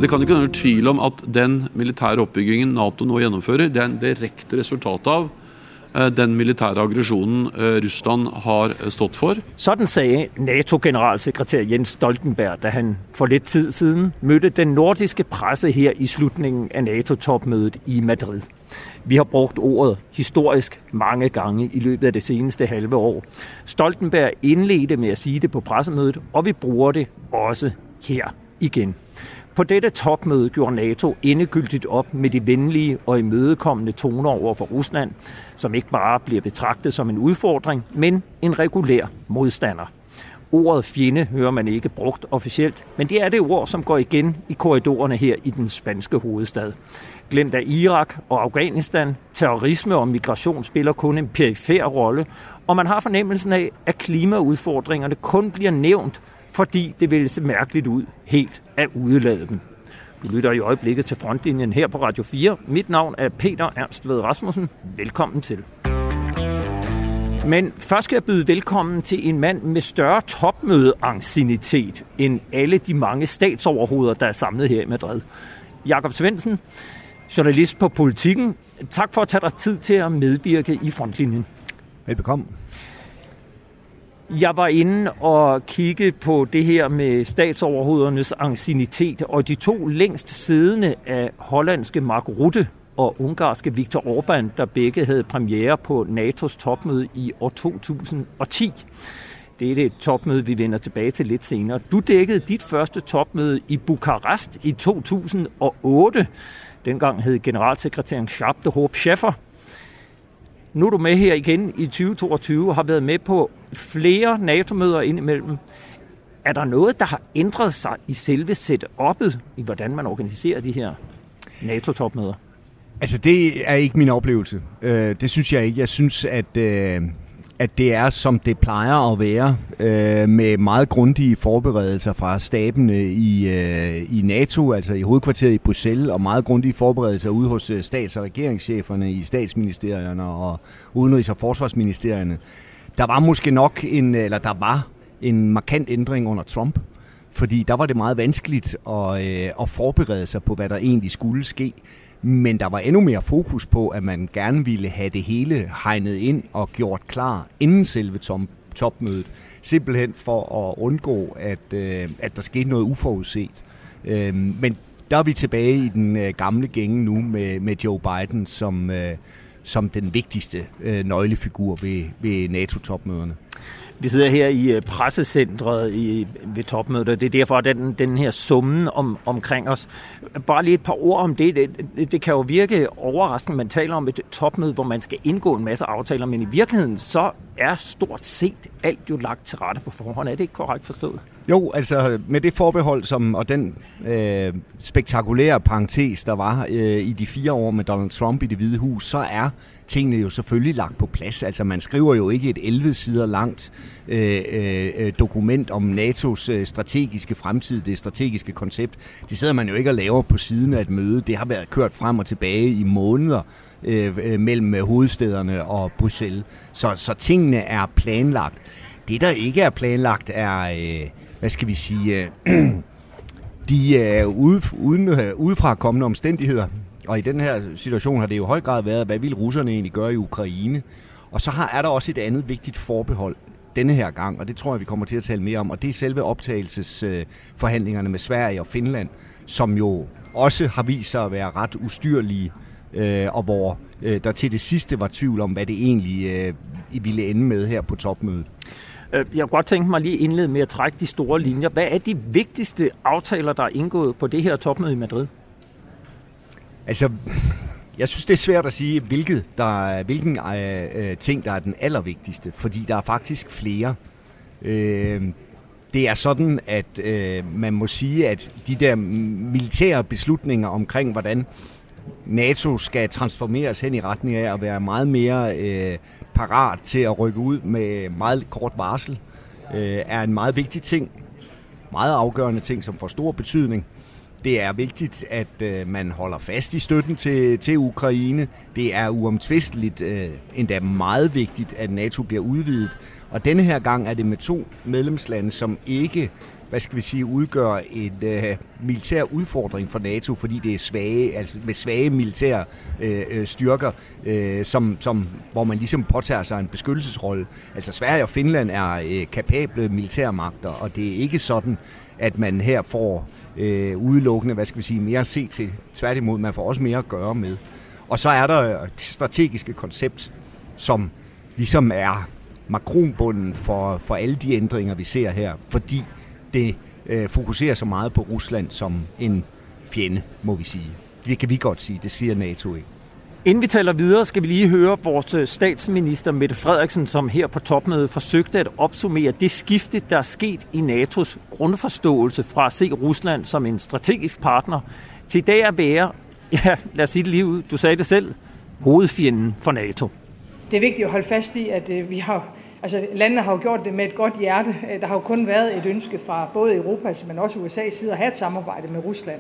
Det kan ikke være noen tvil om at den militære oppbyggingen NATO nå gjennomfører, det er en direkte resultat av den militære aggressionen Rusland har stått for. Sådan sagde NATO-generalsekretær Jens Stoltenberg, da han for lidt tid siden mødte den nordiske presse her i slutningen af NATO-topmødet i Madrid. Vi har brugt ordet historisk mange gange i løbet af det seneste halve år. Stoltenberg indledte med at sige det på pressemødet, og vi bruger det også her igen. På dette topmøde gjorde NATO endegyldigt op med de venlige og imødekommende toner over for Rusland, som ikke bare bliver betragtet som en udfordring, men en regulær modstander. Ordet fjende hører man ikke brugt officielt, men det er det ord, som går igen i korridorerne her i den spanske hovedstad. Glemt af Irak og Afghanistan, terrorisme og migration spiller kun en perifer rolle, og man har fornemmelsen af, at klimaudfordringerne kun bliver nævnt, fordi det vil se mærkeligt ud helt at udelade dem. Du lytter i øjeblikket til Frontlinjen her på Radio 4. Mit navn er Peter Ernst Ved Rasmussen. Velkommen til. Men først skal jeg byde velkommen til en mand med større topmødeanciennitet end alle de mange statsoverhoveder, der er samlet her i Madrid. Jakob Svendsen, journalist på Politikken. Tak for at tage dig tid til at medvirke i Frontlinjen. Velbekomme. Jeg var inde og kigge på det her med statsoverhovedernes anciennitet, og de to længst siddende af hollandske Mark Rutte og ungarske Viktor Orbán, der begge havde premiere på NATO's topmøde i år 2010. Det er det topmøde, vi vender tilbage til lidt senere. Du dækkede dit første topmøde i Bukarest i 2008. Dengang hed generalsekretæren Schaap de Hoop Scheffer. Nu er du med her igen i 2022 og har været med på flere NATO-møder indimellem. Er der noget, der har ændret sig i selve setup'et, i hvordan man organiserer de her NATO-topmøder? Altså, det er ikke min oplevelse. Det synes jeg ikke. Jeg synes, at det er, som det plejer at være, med meget grundige forberedelser fra stabene i NATO, altså i hovedkvarteret i Bruxelles, og meget grundige forberedelser ude hos stats- og regeringscheferne i statsministerierne og udenrigs- og forsvarsministerierne. Der var måske nok en markant ændring under Trump, fordi der var det meget vanskeligt at forberede sig på, hvad der egentlig skulle ske. Men der var endnu mere fokus på, at man gerne ville have det hele hegnet ind og gjort klar inden selve topmødet. Simpelthen for at undgå, at der skete noget uforudset. Men der er vi tilbage i den gamle gænge nu med Joe Biden som den vigtigste nøglefigur ved NATO-topmøderne. Vi sidder her i pressecentret ved topmødet, og det er derfor, at den her summen omkring os. Bare lige et par ord om det. Det kan jo virke overraskende, man taler om et topmøde, hvor man skal indgå en masse aftaler, men i virkeligheden så er stort set alt jo lagt til rette på forhånd. Er det ikke korrekt forstået? Jo, altså med det forbehold og den spektakulære parentes, der var i de 4 år med Donald Trump i Det Hvide Hus, så er tingene jo selvfølgelig lagt på plads. Altså man skriver jo ikke et 11 sider langt dokument om NATO's strategiske fremtid, det strategiske koncept. Det sidder man jo ikke og laver på siden af et møde. Det har været kørt frem og tilbage i måneder mellem hovedstæderne og Bruxelles. Så tingene er planlagt. Det, der ikke er planlagt, er, de udefra kommende omstændigheder. Og i den her situation har det jo i høj grad været, hvad vil russerne egentlig gøre i Ukraine? Og så er der også et andet vigtigt forbehold denne her gang, og det tror jeg, vi kommer til at tale mere om, og det er selve optagelsesforhandlingerne med Sverige og Finland, som jo også har vist sig at være ret ustyrlige, og hvor der til det sidste var tvivl om, hvad det egentlig ville ende med her på topmødet. Jeg kunne godt tænke mig lige indlede med at trække de store linjer. Hvad er de vigtigste aftaler, der er indgået på det her topmøde i Madrid? Altså, jeg synes, det er svært at sige, hvilken ting, der er den allervigtigste, fordi der er faktisk flere. Det er sådan, at man må sige, at de der militære beslutninger omkring, hvordan NATO skal transformeres hen i retning af at være meget mere parat til at rykke ud med meget kort varsel, er en meget vigtig ting, meget afgørende ting, som får stor betydning. Det er vigtigt, at man holder fast i støtten til Ukraine. Det er uomtvisteligt endda meget vigtigt, at NATO bliver udvidet. Og denne her gang er det med 2 medlemslande, som ikke, udgør en militær udfordring for NATO, fordi det er svage, altså med svage militære styrker, hvor man ligesom påtager sig en beskyttelsesrolle. Altså Sverige og Finland er kapable militærmagter, og det er ikke sådan, at man her får udelukkende, mere at se til. Tværtimod, man får også mere at gøre med. Og så er der det strategiske koncept, som ligesom er makronbunden for alle de ændringer, vi ser her, fordi det fokuserer så meget på Rusland som en fjende, må vi sige. Det kan vi godt sige, det siger NATO ikke. Inden vi taler videre, skal vi lige høre vores statsminister Mette Frederiksen, som her på topmødet forsøgte at opsummere det skifte, der er sket i NATO's grundforståelse fra at se Rusland som en strategisk partner, til i dag at være, ja, lad os sige det lige ud, du sagde det selv, hovedfjenden for NATO. Det er vigtigt at holde fast i, at landene har jo gjort det med et godt hjerte. Der har jo kun været et ønske fra både Europas, men også USA's side at have et samarbejde med Rusland.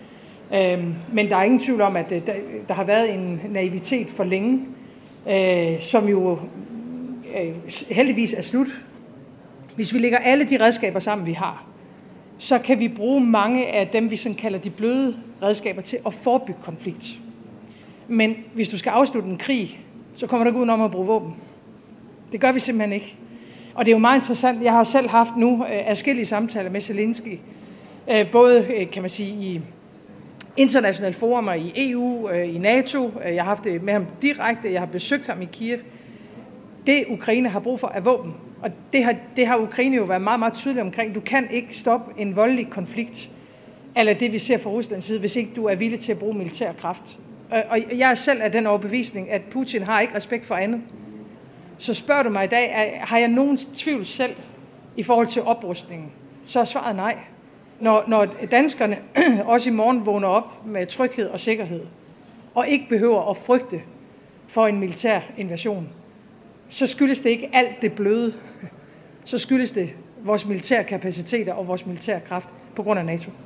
Men der er ingen tvivl om, at der har været en naivitet for længe, som jo heldigvis er slut. Hvis vi lægger alle de redskaber sammen, vi har, så kan vi bruge mange af dem, vi sådan kalder de bløde redskaber til at forebygge konflikt. Men hvis du skal afslutte en krig, så kommer du ikke udenom at bruge våben. Det gør vi simpelthen ikke. Og det er jo meget interessant. Jeg har selv haft nu adskillige samtaler med Zelensky, både kan man sige i internationale forumer, i EU, i NATO. Jeg har haft det med ham direkte. Jeg har besøgt ham i Kiev. Det Ukraine har brug for er våben. Og det har Ukraine jo været meget, meget tydelig omkring. Du kan ikke stoppe en voldelig konflikt, eller det vi ser fra Ruslands side, hvis ikke du er villig til at bruge militær kraft. Og jeg er selv af den overbevisning, at Putin har ikke respekt for andet. Så spørger du mig i dag, har jeg nogen tvivl selv i forhold til oprustningen? Så er svaret nej. Når danskerne også i morgen vågner op med tryghed og sikkerhed, og ikke behøver at frygte for en militær invasion, så skyldes det ikke alt det bløde. Så skyldes det vores militære kapaciteter og vores militære kraft på grund af NATO.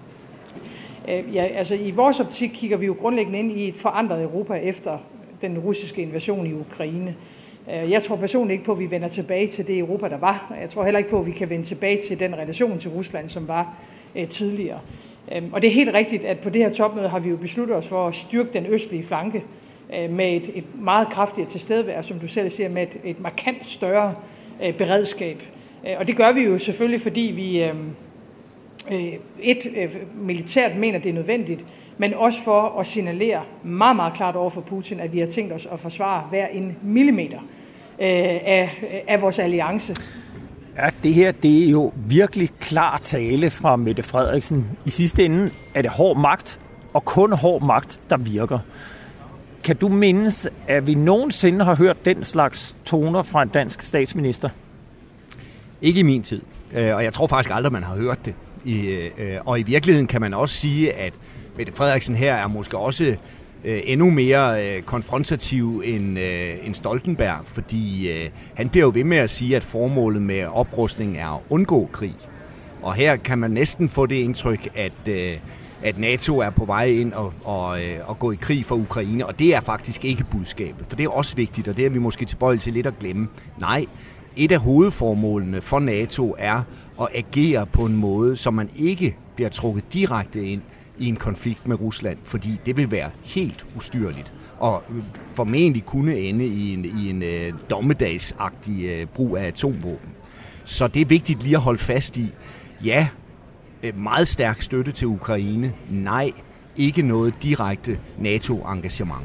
I vores optik kigger vi jo grundlæggende ind i et forandret Europa efter den russiske invasion i Ukraine. Jeg tror personligt ikke på, at vi vender tilbage til det Europa, der var. Jeg tror heller ikke på, at vi kan vende tilbage til den relation til Rusland, som var tidligere. Og det er helt rigtigt, at på det her topmøde har vi jo besluttet os for at styrke den østlige flanke med et meget kraftigere tilstedeværelse, som du selv siger, med et markant større beredskab. Og det gør vi jo selvfølgelig, fordi vi militært mener, det er nødvendigt, men også for at signalere meget, meget klart over for Putin, at vi har tænkt os at forsvare hver en millimeter af vores alliance. Ja, det her, det er jo virkelig klar tale fra Mette Frederiksen. I sidste ende er det hård magt, og kun hård magt, der virker. Kan du mindes, at vi nogensinde har hørt den slags toner fra en dansk statsminister? Ikke i min tid, og jeg tror faktisk aldrig, man har hørt det. Og i virkeligheden kan man også sige, at Mette Frederiksen her er måske også endnu mere konfrontativ end Stoltenberg, fordi han bliver jo ved med at sige, at formålet med oprustning er at undgå krig. Og her kan man næsten få det indtryk, at NATO er på vej ind og gå i krig for Ukraine, og det er faktisk ikke budskabet, for det er også vigtigt, og det er vi måske tilbøjelige til lidt at glemme. Nej, et af hovedformålene for NATO er at agere på en måde, så man ikke bliver trukket direkte ind i en konflikt med Rusland, fordi det vil være helt ustyrligt og formentlig kunne ende i en dommedagsagtig brug af atomvåben. Så det er vigtigt lige at holde fast i, ja, meget stærk støtte til Ukraine, nej, ikke noget direkte NATO-engagement.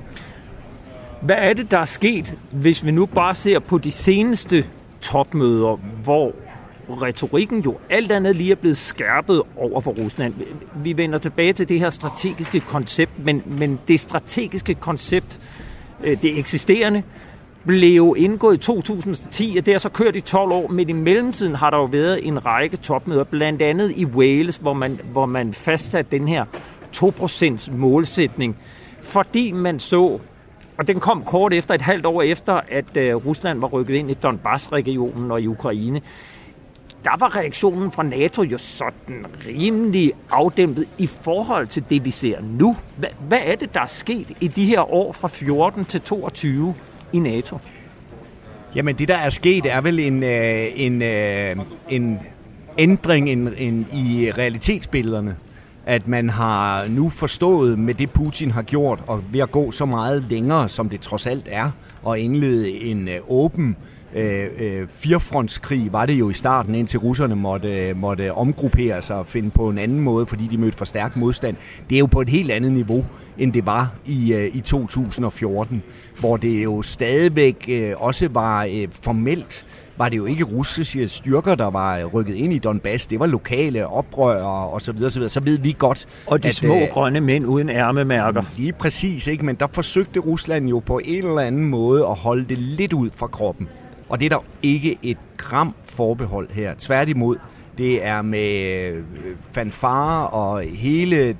Hvad er det, der er sket, hvis vi nu bare ser på de seneste topmøder, hvor retorikken jo alt andet lige er blevet skærpet over for Rusland? Vi vender tilbage til det her strategiske koncept, men det strategiske koncept, det eksisterende, blev indgået i 2010, og det har så kørt i 12 år, men i mellemtiden har der jo været en række topmøder, blandt andet i Wales, hvor man fastsatte den her 2% målsætning, fordi man så, og den kom kort efter, et halvt år efter, at Rusland var rykket ind i Donbass-regionen og i Ukraine. Der var reaktionen fra NATO jo sådan rimelig afdæmpet i forhold til det, vi ser nu. Hvad er det, der er sket i de her år fra 14 til 22 i NATO? Jamen det, der er sket, er vel en ændring i realitetsbillederne. At man har nu forstået med det, Putin har gjort, og ved at gå så meget længere, som det trods alt er, og indlede en åben firfrontskrig, var det jo i starten, indtil russerne måtte omgruppere sig og finde på en anden måde, fordi de mødte for stærk modstand. Det er jo på et helt andet niveau, end det var i 2014, hvor det jo stadigvæk også var formelt, var det jo ikke russiske styrker, der var rykket ind i Donbass. Det var lokale oprørere og så videre, så videre. Så ved vi godt, og de små grønne mænd uden ærmemærker. Lige præcis, ikke? Men der forsøgte Rusland jo på en eller anden måde at holde det lidt ud fra kroppen. Og det er der ikke et gram forbehold her. Tværtimod, det er med fanfare og hele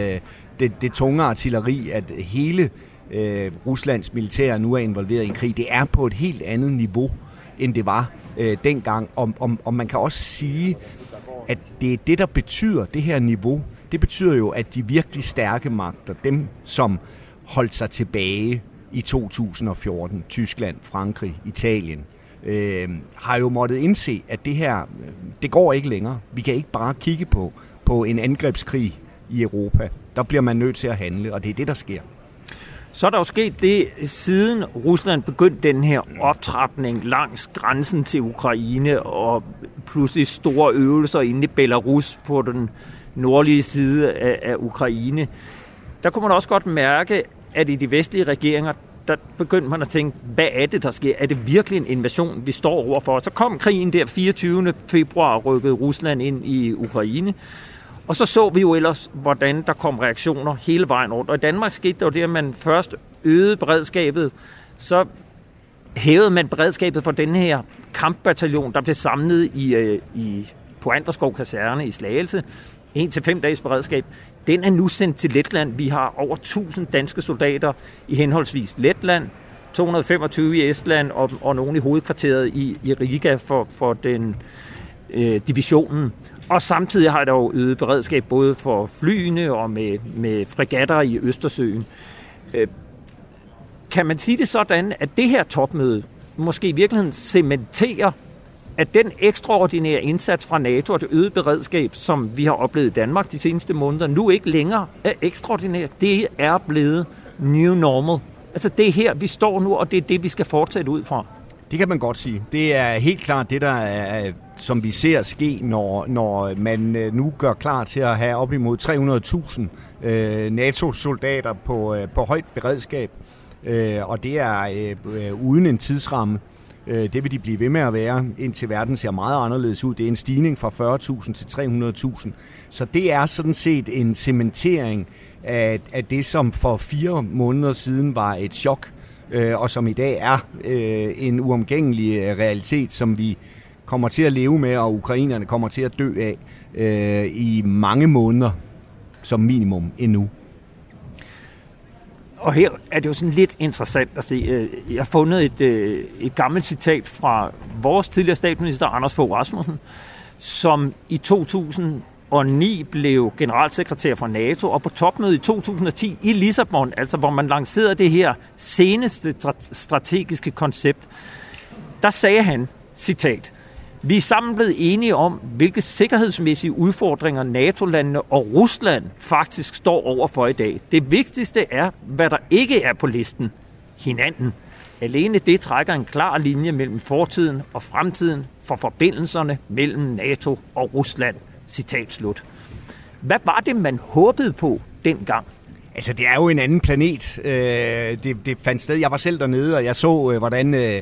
det tunge artilleri, at hele Ruslands militær nu er involveret i en krig. Det er på et helt andet niveau, end det var dengang. Og man kan også sige, at det er det, der betyder det her niveau. Det betyder jo, at de virkelig stærke magter, dem som holdt sig tilbage i 2014, Tyskland, Frankrig, Italien, har jo måttet indse, at det her, det går ikke længere. Vi kan ikke bare kigge på en angrebskrig i Europa. Der bliver man nødt til at handle, og det er det, der sker. Så er der jo sket det, siden Rusland begyndte den her optrapning langs grænsen til Ukraine, og pludselig store øvelser inde i Belarus på den nordlige side af Ukraine. Der kunne man også godt mærke, at i de vestlige regeringer, der begyndte man at tænke, hvad er det, der sker? Er det virkelig en invasion, vi står overfor? Så kom krigen der 24. februar og rykkede Rusland ind i Ukraine. Og så vi jo ellers, hvordan der kom reaktioner hele vejen rundt. Og i Danmark skete der jo det, at man først øgede beredskabet, så hævede man beredskabet for den her kampbataljon, der blev samlet på Anderskov Kaserne i Slagelse. 1-5 dages beredskab. Den er nu sendt til Letland. Vi har over 1000 danske soldater i henholdsvis Letland, 225 i Estland og nogle i hovedkvarteret i Riga for den divisionen. Og samtidig har der jo øget beredskab både for flyene og med fregatter i Østersøen. Kan man sige det sådan, at det her topmøde måske i virkeligheden cementerer, at den ekstraordinære indsats fra NATO og det øgede beredskab, som vi har oplevet i Danmark de seneste måneder, nu ikke længere er ekstraordinært. Det er blevet new normal. Altså det er her, vi står nu, og det er det, vi skal fortsætte ud fra. Det kan man godt sige. Det er helt klart det, der er, som vi ser ske, når man nu gør klar til at have op imod 300.000 NATO-soldater på højt beredskab. Og det er uden en tidsramme. Det vil de blive ved med at være, indtil verden ser meget anderledes ud. Det er en stigning fra 40.000 til 300.000. Så det er sådan set en cementering af det, som for 4 måneder siden var et chok, og som i dag er en uomgængelig realitet, som vi kommer til at leve med, og ukrainerne kommer til at dø af i mange måneder som minimum endnu. Og her er det jo sådan lidt interessant at se. Jeg har fundet et gammelt citat fra vores tidligere statsminister, Anders Fogh Rasmussen, som i 2009 blev generalsekretær for NATO, og på topmødet i 2010 i Lissabon, altså hvor man lancerede det her seneste strategiske koncept, der sagde han, citat, vi er sammen blevet enige om, hvilke sikkerhedsmæssige udfordringer NATO-landene og Rusland faktisk står overfor i dag. Det vigtigste er, hvad der ikke er på listen. Hinanden. Alene det trækker en klar linje mellem fortiden og fremtiden for forbindelserne mellem NATO og Rusland. Citat slut. Hvad var det, man håbede på dengang? Altså, det er jo en anden planet. Det fandt sted. Jeg var selv dernede, og jeg så, hvordan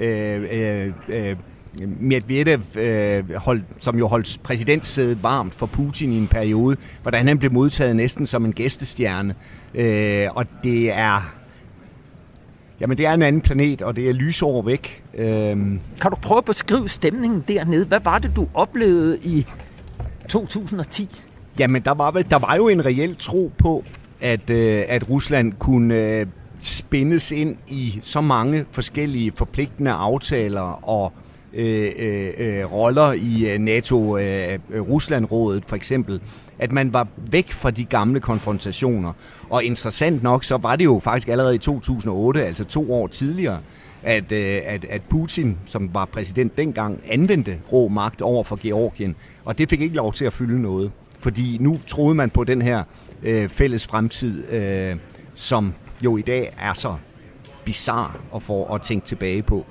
Medvedev, som jo holdt præsidentsædet varmt for Putin i en periode, hvordan han blev modtaget næsten som en gæstestjerne. Og det er... Jamen, det er en anden planet, og det er lysår væk. Kan du prøve at beskrive stemningen dernede? Hvad var det, du oplevede i 2010? Jamen, der var jo en reel tro på, at Rusland kunne spændes ind i så mange forskellige forpligtende aftaler og roller i NATO-Rusland-rådet for eksempel, at man var væk fra de gamle konfrontationer. Og interessant nok, så var det jo faktisk allerede i 2008, altså 2 år tidligere, at Putin, som var præsident dengang, anvendte rå magt over for Georgien, og det fik ikke lov til at fylde noget. Fordi nu troede man på den her fælles fremtid, som jo i dag er så bizarre at tænke tilbage på.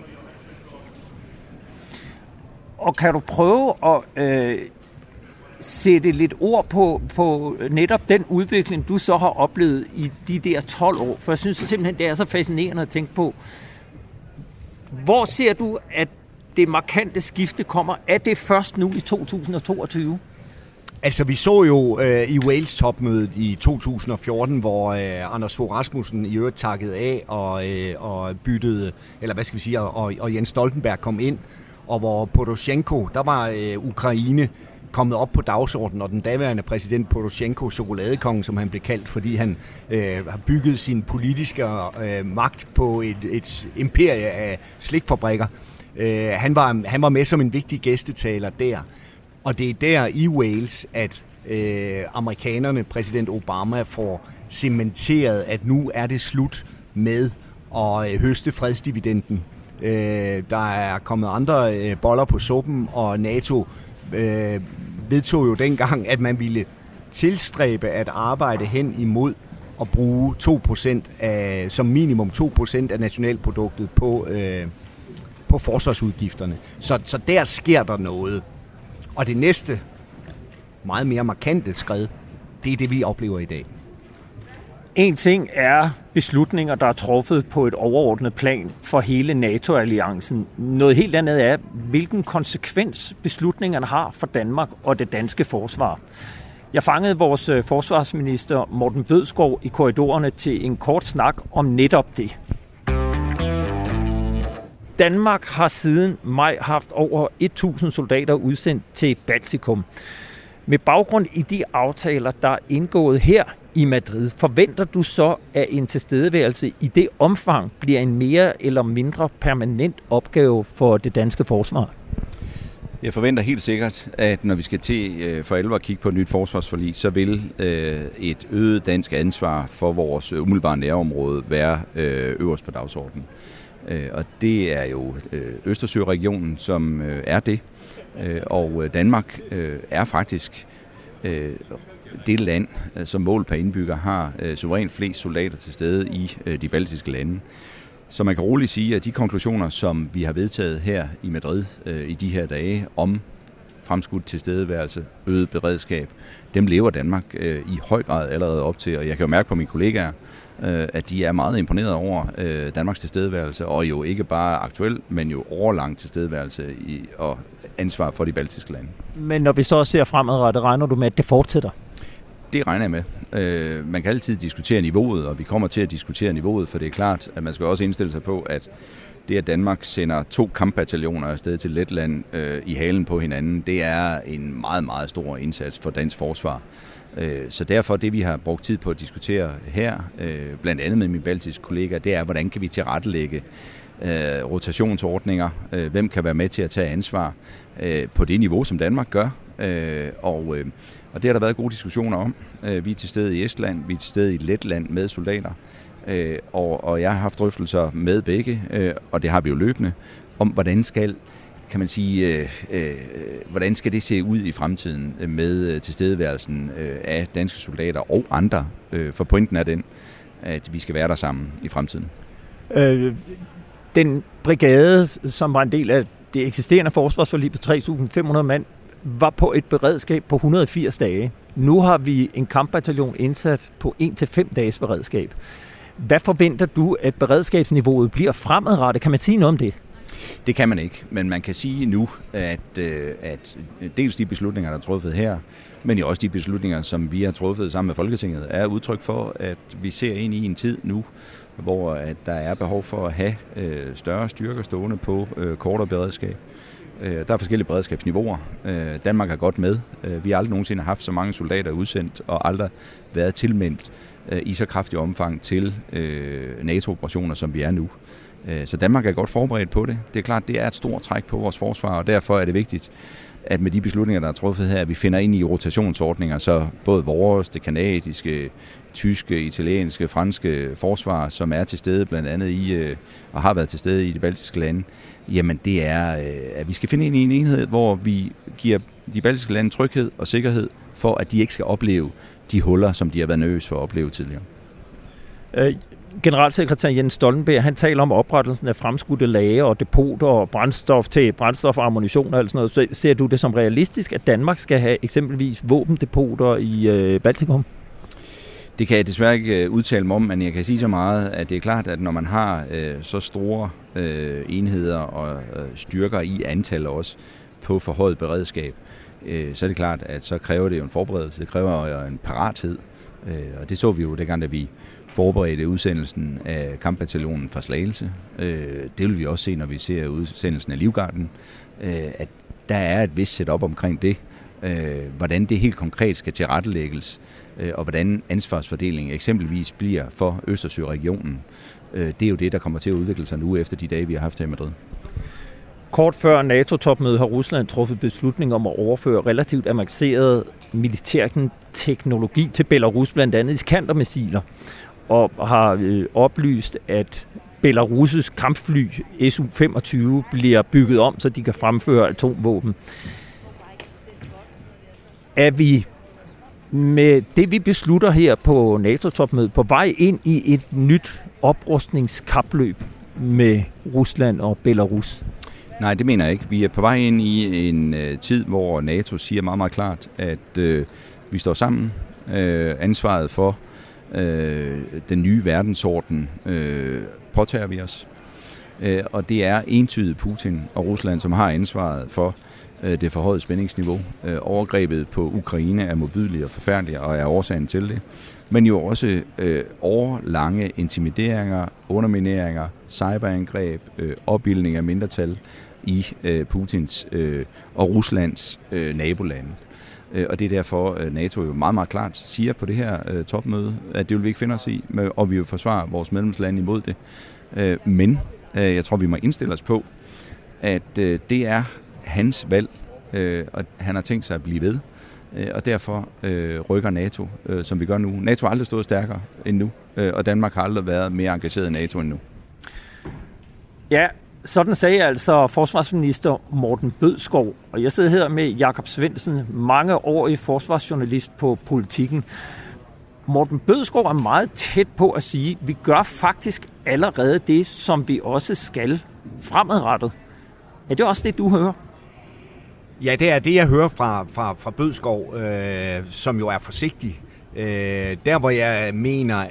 Og kan du prøve at sætte lidt ord på netop den udvikling, du så har oplevet i de der 12 år? For jeg synes simpelthen, det er så fascinerende at tænke på. Hvor ser du, at det markante skifte kommer? Er det først nu i 2022? Altså, vi så jo i Wales-topmødet i 2014, hvor Anders Fogh Rasmussen i øvrigt takkede af og byttede, eller hvad skal vi sige, og Jens Stoltenberg kom ind, og hvor Poroshenko, der var Ukraine kommet op på dagsordenen, og den daværende præsident Poroshenko, chokoladekongen, som han blev kaldt, fordi han har bygget sin politiske magt på et imperie af slikfabrikker. Han var med som en vigtig gæstetaler der. Og det er der i Wales, at amerikanerne, præsident Obama, får cementeret, at nu er det slut med at høste fredsdividenden. Der er kommet andre boller på suppen, og NATO vedtog jo dengang, at man ville tilstræbe at arbejde hen imod at bruge 2% som minimum 2% af nationalproduktet på forsvarsudgifterne. Så der sker der noget. Og det næste, meget mere markante skred, det er det, vi oplever i dag. En ting er beslutninger, der er truffet på et overordnet plan for hele NATO-alliancen. Noget helt andet er, hvilken konsekvens beslutningerne har for Danmark og det danske forsvar. Jeg fangede vores forsvarsminister Morten Bødskov i korridorerne til en kort snak om netop det. Danmark har siden maj haft over 1.000 soldater udsendt til Baltikum. Med baggrund i de aftaler, der er indgået her i Madrid, forventer du så, at en tilstedeværelse i det omfang bliver en mere eller mindre permanent opgave for det danske forsvar? Jeg forventer helt sikkert, at når vi skal til for alvor at kigge på et nyt forsvarsforlig, så vil et øget dansk ansvar for vores umiddelbare nærområde være øverst på dagsordenen. Og det er jo Østersøregionen, som er det. Og Danmark er faktisk det land, som mål per indbygger har suverænt flest soldater til stede i de baltiske lande. Så man kan roligt sige, at de konklusioner, som vi har vedtaget her i Madrid i de her dage om fremskudt tilstedeværelse, øget beredskab, dem lever Danmark i høj grad allerede op til. Og jeg kan jo mærke på mine kollegaer, at de er meget imponeret over Danmarks tilstedeværelse, og jo ikke bare aktuel, men jo årelang tilstedeværelse og ansvar for de baltiske lande. Men når vi så ser fremadrettet, regner du med, at det fortsætter? Det regner jeg med. Man kan altid diskutere niveauet, og vi kommer til at diskutere niveauet, for det er klart, at man skal også indstille sig på, at det, at Danmark sender 2 kampbataljoner afsted til Letland i halen på hinanden, det er en meget, meget stor indsats for dansk forsvar. Så derfor det, vi har brugt tid på at diskutere her, blandt andet med mine baltiske kollegaer, det er, hvordan kan vi tilrettelægge rotationsordninger, hvem kan være med til at tage ansvar på det niveau, som Danmark gør. Og det har der været gode diskussioner om. Vi er til stede i Estland, vi er til stede i Letland med soldater, og jeg har haft drøftelser med begge, og det har vi jo løbende, om hvordan skal det se ud i fremtiden med tilstedeværelsen af danske soldater og andre, for pointen er den, at vi skal være der sammen i fremtiden. Den brigade, som var en del af det eksisterende forsvarsforlig på 3.500 mand, var på et beredskab på 180 dage. Nu har vi en kampbataljon indsat på 1-5 dages beredskab. Hvad forventer du, at beredskabsniveauet bliver fremadrettet? Kan man sige noget om det? Det kan man ikke, men man kan sige nu, at dels de beslutninger, der er truffet her, men jo også de beslutninger, som vi har truffet sammen med Folketinget, er udtryk for, at vi ser ind i en tid nu, hvor at der er behov for at have større styrker stående på kortere beredskab. Der er forskellige beredskabsniveauer. Danmark er godt med. Vi har aldrig nogensinde haft så mange soldater udsendt og aldrig været tilmeldt i så kraftig omfang til NATO-operationer, som vi er nu. Så Danmark er godt forberedt på det. Det er klart, det er et stort træk på vores forsvar, og derfor er det vigtigt, at med de beslutninger, der er truffet her, vi finder ind i rotationsordninger, så både vores, det kanadiske, tyske, italienske, franske forsvar, som er til stede blandt andet i, og har været til stede i de baltiske lande, jamen det er, at vi skal finde ind i en enhed, hvor vi giver de baltiske lande tryghed og sikkerhed, for at de ikke skal opleve de huller, som de har været nervøse for at opleve tidligere. Generalsekretær Jens Stoltenberg, han taler om oprettelsen af fremskudte lager og depoter og brændstof til brændstof og ammunition og alt sådan noget. Så ser du det som realistisk, at Danmark skal have eksempelvis våbendepoter i Baltikum? Det kan jeg desværre ikke udtale mig om, men jeg kan sige så meget, at det er klart, at når man har så store enheder og styrker i antal også på forhøjet beredskab, så er det klart, at så kræver det jo en forberedelse, det kræver en parathed. Og det så vi jo dengang, da vi forberedte udsendelsen af kampbataljonen fra Slagelse. Det vil vi også se, når vi ser udsendelsen af Livgarden, at der er et vist setup omkring det. Hvordan det helt konkret skal tilrettelægges, og hvordan ansvarsfordelingen eksempelvis bliver for Østersøregionen. Det er jo det, der kommer til at udvikle sig nu efter de dage, vi har haft her i Madrid. Kort før NATO-topmødet har Rusland truffet beslutning om at overføre relativt avanceret militær teknologi til Belarus, blandt andet Iskander-missiler, og har oplyst, at Belarus' kampfly Su-25 bliver bygget om, så de kan fremføre atomvåben. Er vi med det, vi beslutter her på NATO-topmødet, på vej ind i et nyt oprustningskapløb med Rusland og Belarus? Nej, det mener jeg ikke. Vi er på vej ind i en tid, hvor NATO siger meget, meget klart, at vi står sammen. Ansvaret for den nye verdensorden påtager vi os. Og det er entydigt Putin og Rusland, som har ansvaret for det forhøjede spændingsniveau. Overgrebet på Ukraine er modbydeligt og forfærdeligt og er årsagen til det. Men jo også årlange intimideringer, undermineringer, cyberangreb, opbildning af mindretal i Putins og Ruslands nabolande. Og det er derfor, NATO jo meget, meget klart siger på det her topmøde, at det vil vi ikke finde os i, og vi vil forsvare vores medlemslande imod det. Men jeg tror, vi må indstille os på, at det er hans valg, og han har tænkt sig at blive ved. Og derfor rykker NATO, som vi gør nu. NATO har aldrig stået stærkere end nu, og Danmark har aldrig været mere engageret i NATO end nu. Ja, sådan sagde altså forsvarsminister Morten Bødskov. Og jeg sidder her med Jakob Svendsen, mangeårig forsvarsjournalist på Politikken. Morten Bødskov er meget tæt på at sige, at vi gør faktisk allerede det, som vi også skal fremadrettet. Er det også det, du hører? Ja, det er det, jeg hører fra Bødskov, som jo er forsigtig. Der, hvor jeg mener,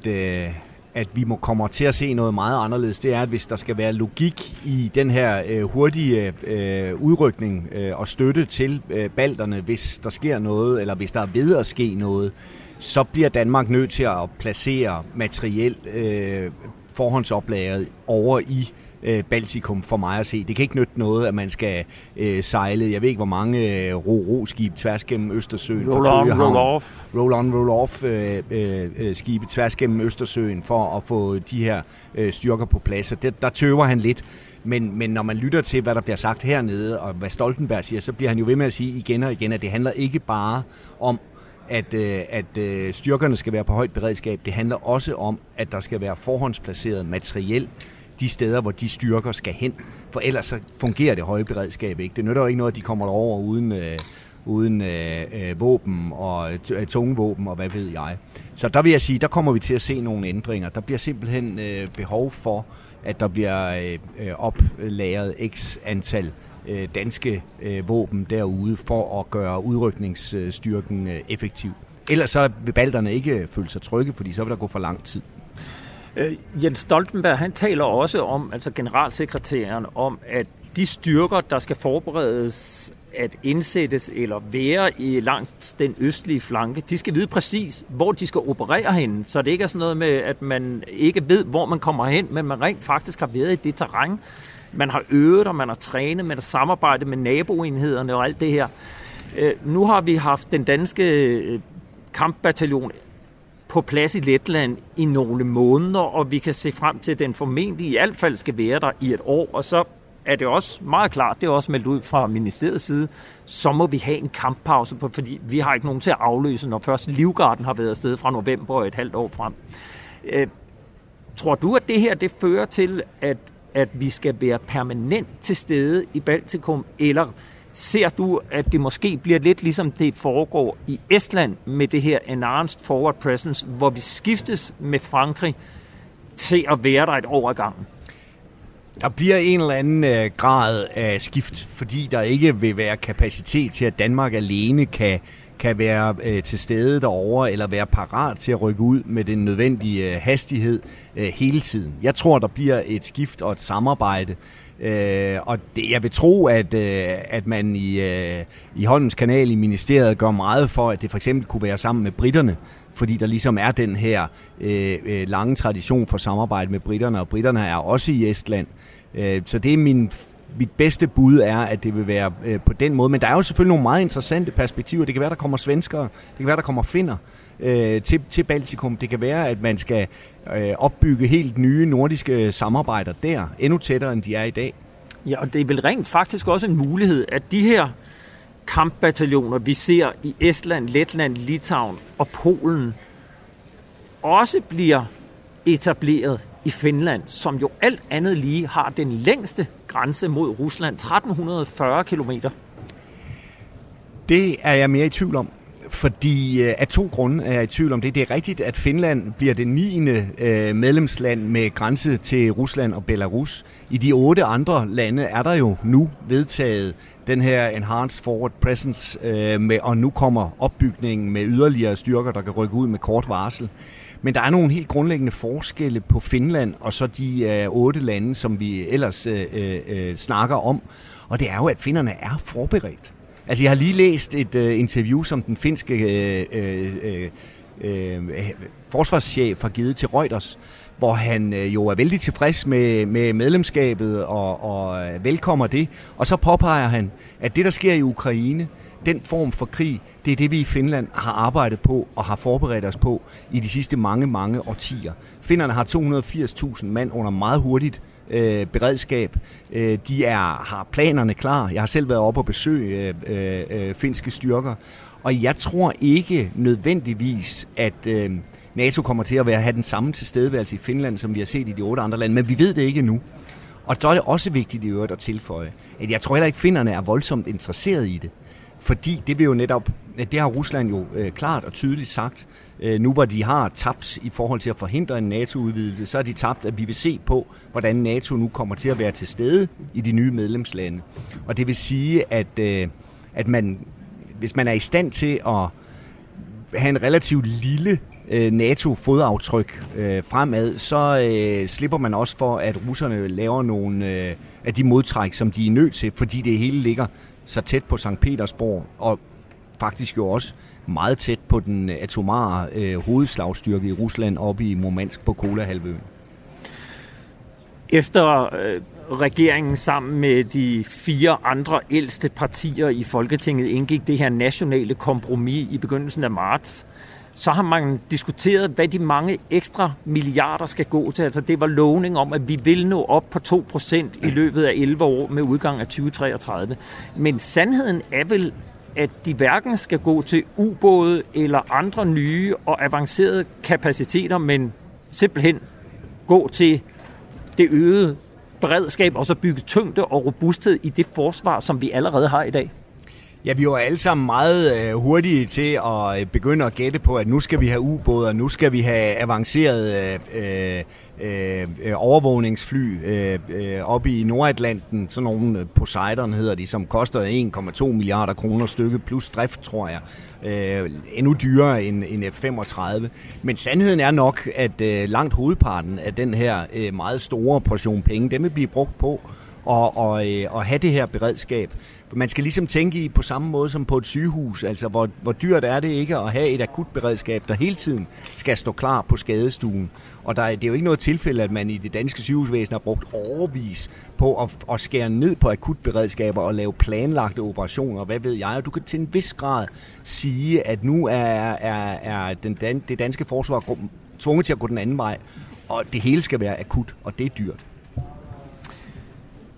at vi kommer til at se noget meget anderledes, det er, at hvis der skal være logik i den her hurtige udrykning og støtte til balterne, hvis der sker noget, eller hvis der er ved at ske noget, så bliver Danmark nødt til at placere materiel forhåndsoplagret over i Baltikum for mig at se. Det kan ikke nytte noget, at man skal sejle, jeg ved ikke hvor mange ro-ro-skib tværs gennem Østersøen. Roll-on-roll-off skibe tværs gennem Østersøen for at få de her styrker på plads. Der tøver han lidt. Men når man lytter til, hvad der bliver sagt hernede, og hvad Stoltenberg siger, så bliver han jo ved med at sige igen og igen, at det handler ikke bare om, at styrkerne skal være på højt beredskab. Det handler også om, at der skal være forhåndsplaceret materiel de steder, hvor de styrker skal hen. For ellers så fungerer det høje beredskab ikke. Det nytter jo ikke noget, at de kommer over uden våben og tunge våben og hvad ved jeg. Så der vil jeg sige, der kommer vi til at se nogle ændringer. Der bliver simpelthen behov for, at der bliver oplagret x antal danske våben derude for at gøre udrykningsstyrken effektiv. Ellers så vil balterne ikke føle sig trygge, fordi så vil der gå for lang tid. Jens Stoltenberg, han taler også om, altså generalsekretæren, om at de styrker, der skal forberedes at indsættes eller være i langs den østlige flanke, de skal vide præcis, hvor de skal operere henne. Så det ikke er sådan noget med, at man ikke ved, hvor man kommer hen, men man rent faktisk har været i det terræn. Man har øvet, og man har trænet, man har samarbejdet med naboenhederne og alt det her. Nu har vi haft den danske kampbataljon på plads i Letland i nogle måneder, og vi kan se frem til, at den formentlig i hvert fald skal være der i et år, og så er det også meget klart, det er også meldt ud fra ministeriets side, så må vi have en kamppause, fordi vi har ikke nogen til at afløse, når først Livgarden har været afsted fra november og et halvt år frem. Tror du, at det her det fører til, at vi skal være permanent til stede i Baltikum, eller ser du, at det måske bliver lidt ligesom det foregår i Estland med det her Enhanced Forward Presence, hvor vi skiftes med Frankrig til at være der et år ad gangen? Der bliver en eller anden grad af skift, fordi der ikke vil være kapacitet til, at Danmark alene kan være til stede derovre, eller være parat til at rykke ud med den nødvendige hastighed hele tiden. Jeg tror, der bliver et skift og et samarbejde, og jeg vil tro, at man i Holmens Kanal i ministeriet gør meget for, at det for eksempel kunne være sammen med britterne, fordi der ligesom er den her lange tradition for samarbejde med britterne, og britterne er også i Estland. Så det er mit bedste bud er, at det vil være på den måde. Men der er jo selvfølgelig nogle meget interessante perspektiver. Det kan være, der kommer svenskere, det kan være, der kommer finner til Baltikum. Det kan være, at man skal opbygge helt nye nordiske samarbejder der, endnu tættere end de er i dag. Ja, og det er vel rent faktisk også en mulighed, at de her kampbataljoner, vi ser i Estland, Letland, Litauen og Polen, også bliver etableret i Finland, som jo alt andet lige har den længste grænse mod Rusland, 1340 kilometer. Det er jeg mere i tvivl om, fordi af to grunde er jeg i tvivl om det. Det er rigtigt, at Finland bliver det 9. medlemsland med grænse til Rusland og Belarus. I de 8 andre lande er der jo nu vedtaget den her Enhanced Forward Presence, og nu kommer opbygningen med yderligere styrker, der kan rykke ud med kort varsel. Men der er nogle helt grundlæggende forskelle på Finland og så de 8 lande, som vi ellers snakker om. Og det er jo, at finnerne er forberedt. Altså, jeg har lige læst et interview, som den finske forsvarschef har givet til Reuters, hvor han jo er vældig tilfreds med medlemskabet og velkommer det. Og så påpeger han, at det, der sker i Ukraine, den form for krig, det er det, vi i Finland har arbejdet på og har forberedt os på i de sidste mange, mange årtier. Finnerne har 280.000 mand under meget hurtigt beredskab. De har planerne klar. Jeg har selv været oppe og besøge finske styrker. Og jeg tror ikke nødvendigvis, at NATO kommer til at have den samme tilstedeværelse i Finland, som vi har set i de 8 andre lande. Men vi ved det ikke endnu. Og så er det også vigtigt i øvrigt at tilføje, at jeg tror heller ikke, at finnerne er voldsomt interesseret i det. Fordi det vil jo netop, det har Rusland jo klart og tydeligt sagt, nu hvor de har tabt i forhold til at forhindre en NATO-udvidelse, så har de tabt, at vi vil se på, hvordan NATO nu kommer til at være til stede i de nye medlemslande. Og det vil sige, at man, hvis man er i stand til at have en relativt lille NATO-fodaftryk fremad, så slipper man også for, at russerne laver nogle af de modtræk, som de er nødt til, fordi det hele ligger så tæt på Sankt Petersborg, og faktisk jo også meget tæt på den atomare hovedslagstyrke i Rusland oppe i Murmansk på Kolahalvøen. Efter regeringen sammen med de 4 andre ældste partier i Folketinget indgik det her nationale kompromis i begyndelsen af marts, så har man diskuteret, hvad de mange ekstra milliarder skal gå til. Altså det var lovning om, at vi vil nå op på 2% i løbet af 11 år med udgang af 2033. Men sandheden er vel, at de hverken skal gå til ubåde eller andre nye og avancerede kapaciteter, men simpelthen gå til det øgede beredskab og så bygge tyngde og robusthed i det forsvar, som vi allerede har i dag. Ja, vi var alle sammen meget hurtige til at begynde at gætte på, at nu skal vi have ubåder, nu skal vi have avancerede overvågningsfly oppe i Nordatlanten, sådan nogle Poseidon hedder de, som koster 1,2 milliarder kroner stykket plus drift, tror jeg. Endnu dyrere end F-35. Men sandheden er nok, at langt hovedparten af den her meget store portion penge, den vil blive brugt på at have det her beredskab. Man skal ligesom tænke i på samme måde som på et sygehus, altså hvor dyrt er det ikke at have et akutberedskab, der hele tiden skal stå klar på skadestuen. Og det er jo ikke noget tilfælde, at man i det danske sygehusvæsen har brugt årevis på at skære ned på akutberedskaber og lave planlagte operationer, hvad ved jeg. Og du kan til en vis grad sige, at nu er det danske forsvar tvunget til at gå den anden vej, og det hele skal være akut, og det er dyrt.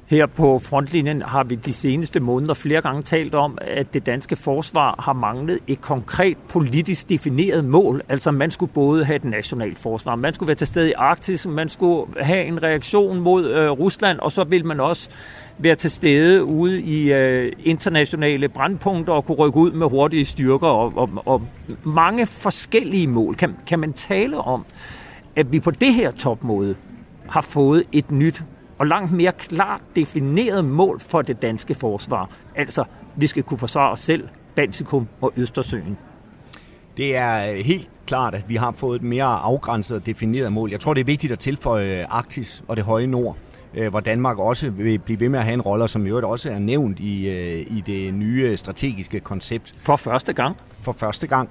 Her på frontlinjen har vi de seneste måneder flere gange talt om, at det danske forsvar har manglet et konkret politisk defineret mål. Altså man skulle både have et nationalt forsvar, man skulle være til stede i Arktis, man skulle have en reaktion mod Rusland, og så vil man også være til stede ude i internationale brandpunkter og kunne rykke ud med hurtige styrker og mange forskellige mål. Kan man tale om, at vi på det her topmøde har fået et nyt og langt mere klart defineret mål for det danske forsvar? Altså, vi skal kunne forsvare os selv, Baltikum og Østersøen. Det er helt klart, at vi har fået et mere afgrænset og defineret mål. Jeg tror, det er vigtigt at tilføje Arktis og det høje nord, hvor Danmark også vil blive ved med at have en rolle, som i øvrigt også er nævnt i det nye strategiske koncept. For første gang.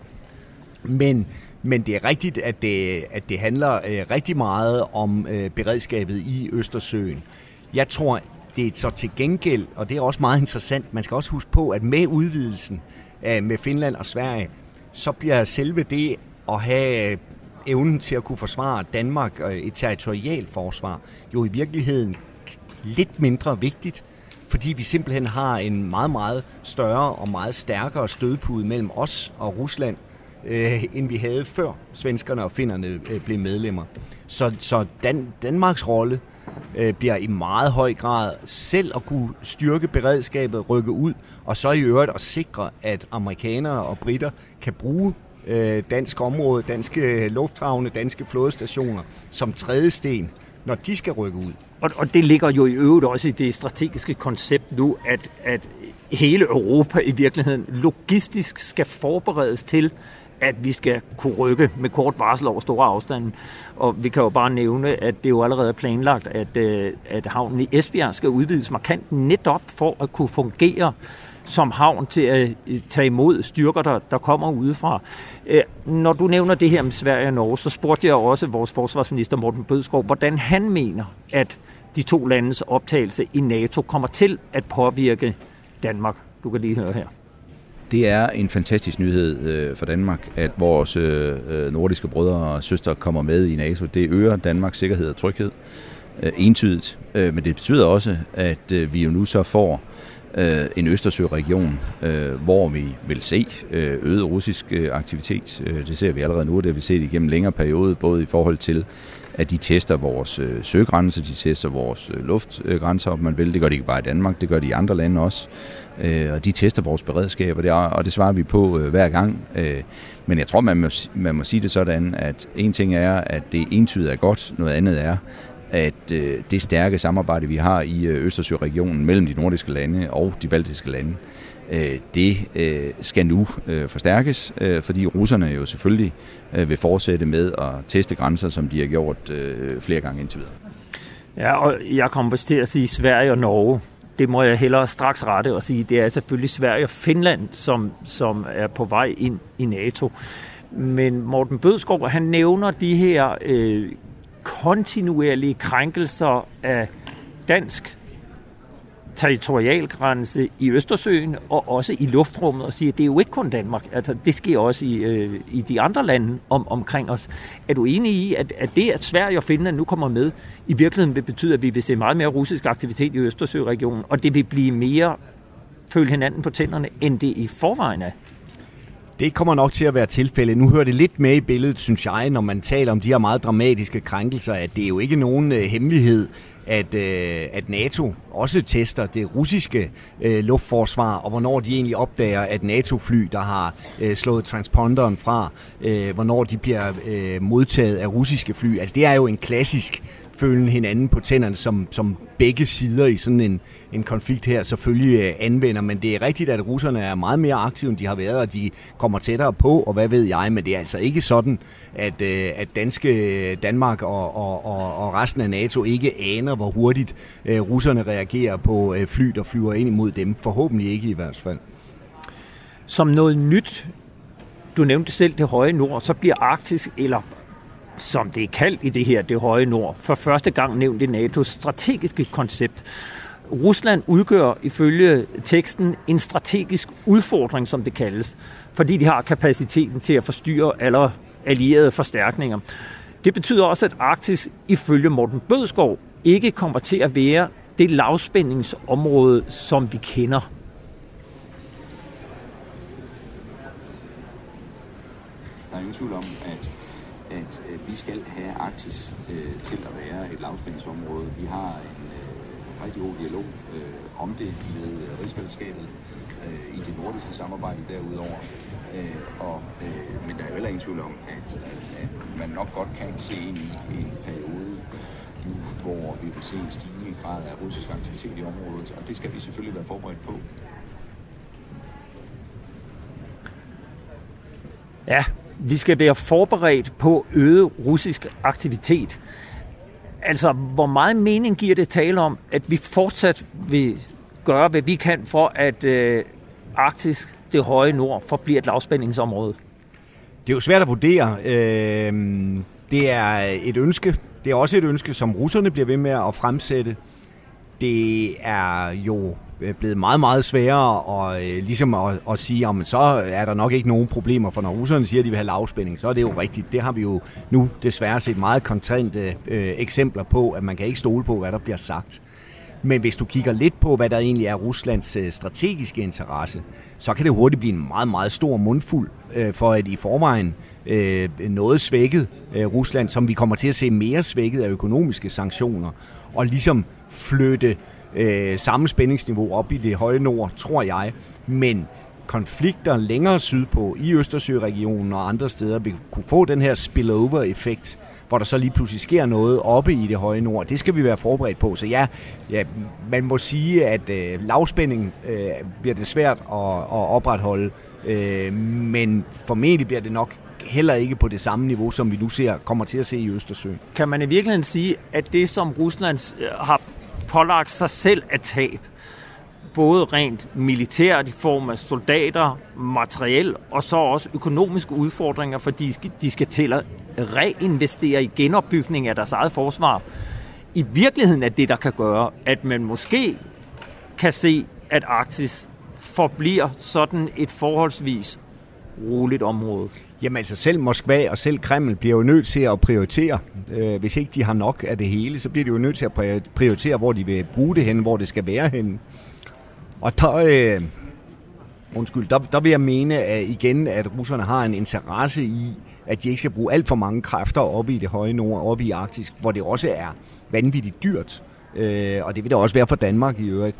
Men det er rigtigt, at det handler rigtig meget om beredskabet i Østersøen. Jeg tror, det er så til gengæld, og det er også meget interessant, man skal også huske på, at med udvidelsen med Finland og Sverige, så bliver selve det at have evnen til at kunne forsvare Danmark og et territorialt forsvar jo i virkeligheden lidt mindre vigtigt, fordi vi simpelthen har en meget, meget større og meget stærkere stødpude mellem os og Rusland, end vi havde før svenskerne og finnerne blev medlemmer. Så Danmarks rolle bliver i meget høj grad selv at kunne styrke beredskabet, rykke ud, og så i øvrigt at sikre, at amerikanere og britter kan bruge dansk område, danske lufthavne, danske flådestationer som trædesten, når de skal rykke ud. Og det ligger jo i øvrigt også i det strategiske koncept nu, at hele Europa i virkeligheden logistisk skal forberedes til, at vi skal kunne rykke med kort varsel over store afstande. Og vi kan jo bare nævne, at det jo allerede er planlagt, at havnen i Esbjerg skal udvides markant netop for at kunne fungere som havn til at tage imod styrker, der kommer udefra. Når du nævner det her med Sverige og Norge, så spurgte jeg også vores forsvarsminister Morten Bødskov, hvordan han mener, at de to landes optagelse i NATO kommer til at påvirke Danmark. Du kan lige høre her. Det er en fantastisk nyhed for Danmark, at vores nordiske brødre og søstre kommer med i NATO. Det øger Danmarks sikkerhed og tryghed entydigt, men det betyder også, at vi jo nu så får en Østersø-region, hvor vi vil se øget russisk aktivitet. Det ser vi allerede nu, det har vi set igennem længere periode, både i forhold til, at de tester vores søgrænser, de tester vores luftgrænser, om man vil. Det gør de ikke bare i Danmark, det gør de i andre lande også. Og de tester vores beredskab, og det svarer vi på hver gang. Men jeg tror, man må sige det sådan, at en ting er, at det entydigt er godt, noget andet er, at det stærke samarbejde, vi har i Østersø-regionen mellem de nordiske lande og de baltiske lande, det skal nu forstærkes, fordi russerne jo selvfølgelig vil fortsætte med at teste grænser, som de har gjort flere gange indtil videre. Ja, og jeg kommer til at sige Sverige og Norge. Det må jeg hellere straks rette og sige. Det er selvfølgelig Sverige og Finland, som er på vej ind i NATO. Men Morten Bødskov, han nævner de her kontinuerlige krænkelser af dansk territorialgrænse i Østersøen og også i luftrummet, og siger, at det er jo ikke kun Danmark. Altså, det sker også i de andre lande omkring os. Er du enig i, at det, at Sverige og Finland nu kommer med, i virkeligheden vil betyde, at vi vil se meget mere russisk aktivitet i Østersøregionen, og det vil blive mere føle hinanden på tænderne, end det i forvejen er? Det kommer nok til at være tilfældet. Nu hører det lidt med i billedet, synes jeg, når man taler om de her meget dramatiske krænkelser, at det er jo ikke nogen hemmelighed, at NATO også tester det russiske luftforsvar, og hvornår de egentlig opdager, at NATO-fly, der har slået transponderen fra, hvornår de bliver modtaget af russiske fly. Altså det er jo en klassisk følen hinanden på tænderne, som begge sider i sådan en konflikt her selvfølgelig anvender. Men det er rigtigt, at russerne er meget mere aktive, end de har været, og de kommer tættere på, og hvad ved jeg. Men det er altså ikke sådan, at Danmark og resten af NATO ikke aner, hvor hurtigt russerne reagerer på fly, der flyver ind imod dem. Forhåbentlig ikke i hvert fald. Som noget nyt, du nævnte selv det høje nord, så bliver Arktis, eller som det er kaldt i det her, det høje nord, for første gang nævnt i NATO's strategiske koncept. Rusland udgør ifølge teksten en strategisk udfordring, som det kaldes, fordi de har kapaciteten til at forstyrre alle allierede forstærkninger. Det betyder også, at Arktis ifølge Morten Bødskov ikke kommer til at være det lavspændingsområde, som vi kender? Der er ingen tvivl om, at vi skal have Arktis til at være et lavspændingsområde. Vi har en rigtig god dialog om det med rigsfællesskabet i det nordiske samarbejde derudover. Men der er jo heller ingen tvivl om, at man nok godt kan se ind i en periode nu, hvor vi vil se en stigende grad af russisk aktivitet i området, og det skal vi selvfølgelig være forberedt på. Ja, vi skal være forberedt på øget russisk aktivitet. Altså, hvor meget mening giver det tale om, at vi fortsat vil gøre, hvad vi kan for, at Arktis, det høje nord, forbliver et lavspændingsområde? Det er jo svært at vurdere. Det er et ønske. Det er også et ønske, som russerne bliver ved med at fremsætte. Det er jo blevet meget, meget sværere at sige, om så er der nok ikke nogen problemer, for når russerne siger, at de vil have lavspænding, så er det jo rigtigt. Det har vi jo nu desværre set meget kontante eksempler på, at man kan ikke stole på, hvad der bliver sagt. Men hvis du kigger lidt på, hvad der egentlig er Ruslands strategiske interesse, så kan det hurtigt blive en meget, meget stor mundfuld for et i forvejen noget svækket Rusland, som vi kommer til at se mere svækket af økonomiske sanktioner, og ligesom flytte samme spændingsniveau op i det høje nord, tror jeg. Men konflikter længere sydpå, i Østersøregionen og andre steder, vil kunne få den her spillover-effekt, hvor der så lige pludselig sker noget oppe i det høje nord. Det skal vi være forberedt på. Så ja, man må sige, at lavspænding bliver det svært at opretholde, men formentlig bliver det nok heller ikke på det samme niveau, som vi nu kommer til at se i Østersøen. Kan man i virkeligheden sige, at det, som Rusland har pålagt sig selv at tab, både rent militært i form af soldater, materiel og så også økonomiske udfordringer, fordi de skal til at reinvestere i genopbygning af deres eget forsvar. I virkeligheden er det, der kan gøre, at man måske kan se, at Arktis forbliver sådan et forholdsvis roligt område. Jamen altså selv Moskva og selv Kreml bliver jo nødt til at prioritere. Hvis ikke de har nok af det hele, så bliver de jo nødt til at prioritere, hvor de vil bruge det hen, hvor det skal være henne. Og der vil jeg mene at russerne har en interesse i, at de ikke skal bruge alt for mange kræfter oppe i det høje nord, oppe i Arktis, hvor det også er vanvittigt dyrt. Og det vil det også være for Danmark i øvrigt.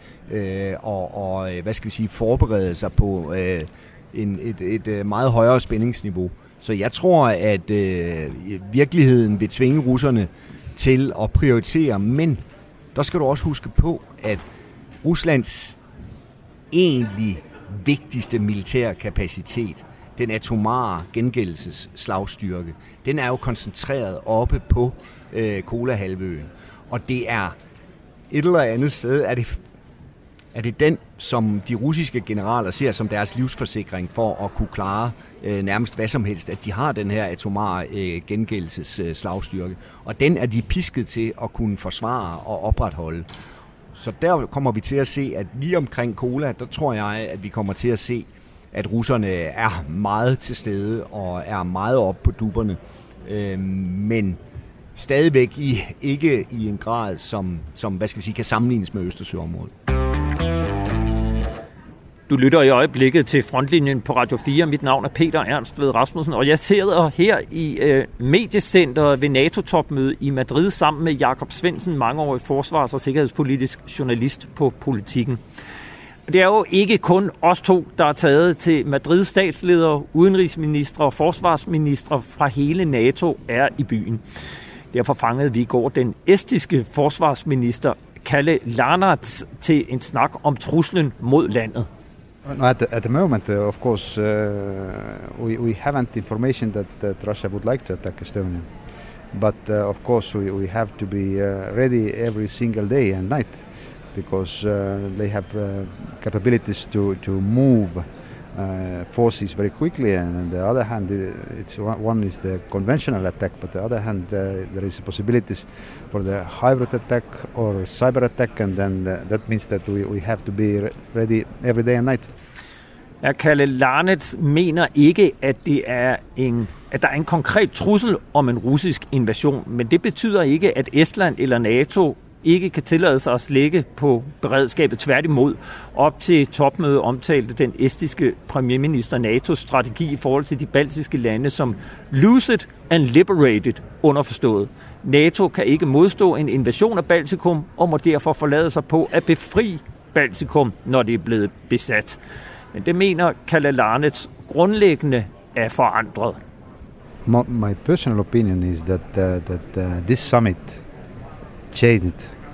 Forberede sig på et meget højere spændingsniveau. Så jeg tror, at virkeligheden vil tvinge russerne til at prioritere, men der skal du også huske på, at Ruslands egentlig vigtigste militære kapacitet, den atomare gengældelsesslagstyrke, den er jo koncentreret oppe på Kolahalvøen. Og det er et eller andet sted, er det den, som de russiske generaler ser som deres livsforsikring for at kunne klare nærmest hvad som helst, at de har den her atomare gengældelsesslagstyrke. Og den er de pisket til at kunne forsvare og opretholde. Så der kommer vi til at se, at lige omkring Kola, der tror jeg, at vi kommer til at se, at russerne er meget til stede og er meget oppe på dupperne. Men stadigvæk ikke i en grad, som kan sammenlignes med Østersøområdet. Du lytter i øjeblikket til Frontlinjen på Radio 4. Mit navn er Peter Ernst Ved Rasmussen, og jeg sidder her i mediecenteret ved NATO-topmødet i Madrid sammen med Jakob Svendsen, mangeårig forsvars- og sikkerhedspolitisk journalist på Politiken. Det er jo ikke kun os to, der er taget til Madrids statsledere, udenrigsministre og forsvarsministre fra hele NATO er i byen. Derfor fangede vi i går den estiske forsvarsminister Kalle Laanet til en snak om truslen mod landet. No, at the moment, of course, we haven't information that Russia would like to attack Estonia. But of course, we have to be ready every single day and night, because they have capabilities to move forces very quickly. And on the other hand, one is the conventional attack, but the other hand, there is possibilities for the hybrid attack or cyber attack, and then that means that we have to be ready every day and night. Ja, Kalle Laanet mener ikke, at der er en konkret trussel om en russisk invasion, men det betyder ikke, at Estland eller NATO ikke kan tillade sig at slække på beredskabet. Tværtimod, op til topmødet omtalte den estiske premierminister NATO's strategi i forhold til de baltiske lande som lucid and liberated, underforstået. NATO kan ikke modstå en invasion af Baltikum og må derfor forlade sig på at befri Baltikum, når det er blevet besat. Men det mener Kalle Larnets grundlæggende er forandret. My personal opinion is that this summit changed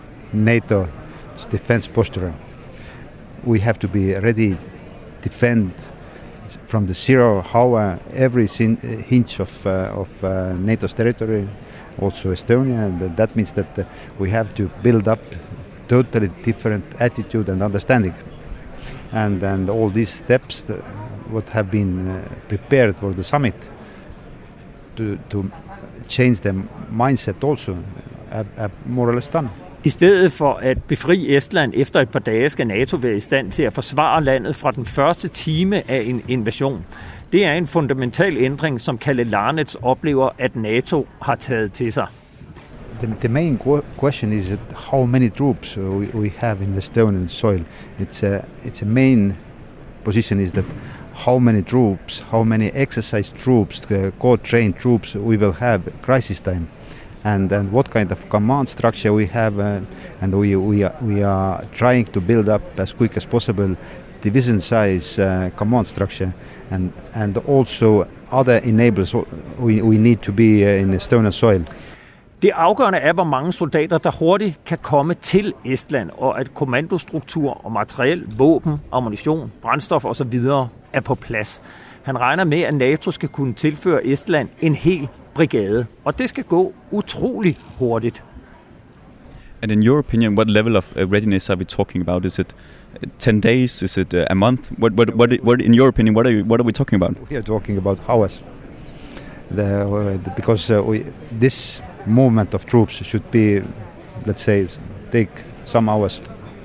NATO's defense posture. We have to be ready to defend from the zero how every inch of NATO's territory, also Estonia. That means that we have to build up totally different attitude and understanding. And all these steps what have been prepared for the summit to change the mindset also are more or less done. I stedet for at befri Estland efter et par dage, skal NATO være i stand til at forsvare landet fra den første time af en invasion. Det er en fundamental ændring, som Kalle Larnets oplever, at NATO har taget til sig. The main question is how many troops we have in the Estonian soil. It's a main position is that how many troops, how many exercise troops, core-trained troops we will have crisis time, and what kind of command structure we have, and we are trying to build up as quick as possible division size command structure, and also other enablers we need to be in Estonian soil. Det afgørende er, hvor mange soldater, der hurtigt kan komme til Estland, og at kommandostruktur og materiel, våben, ammunition, brændstof osv. er på plads. Han regner med, at NATO skal kunne tilføre Estland en hel brigade, og det skal gå utrolig hurtigt. And in your opinion, what level of readiness are we talking about? Is it 10 days? Is it a month? What in your opinion, what are we talking about? We are talking about hours. Because this movement of troops should be, let's say, take some hours.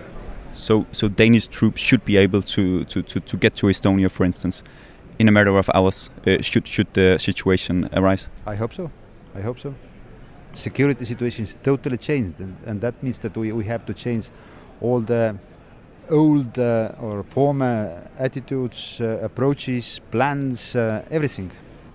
So Danish troops should be able to get to Estonia, for instance, in a matter of hours. Should the situation arise? I hope so. Security situation is totally changed, and that means that we have to change all the old or former attitudes, approaches, plans, everything.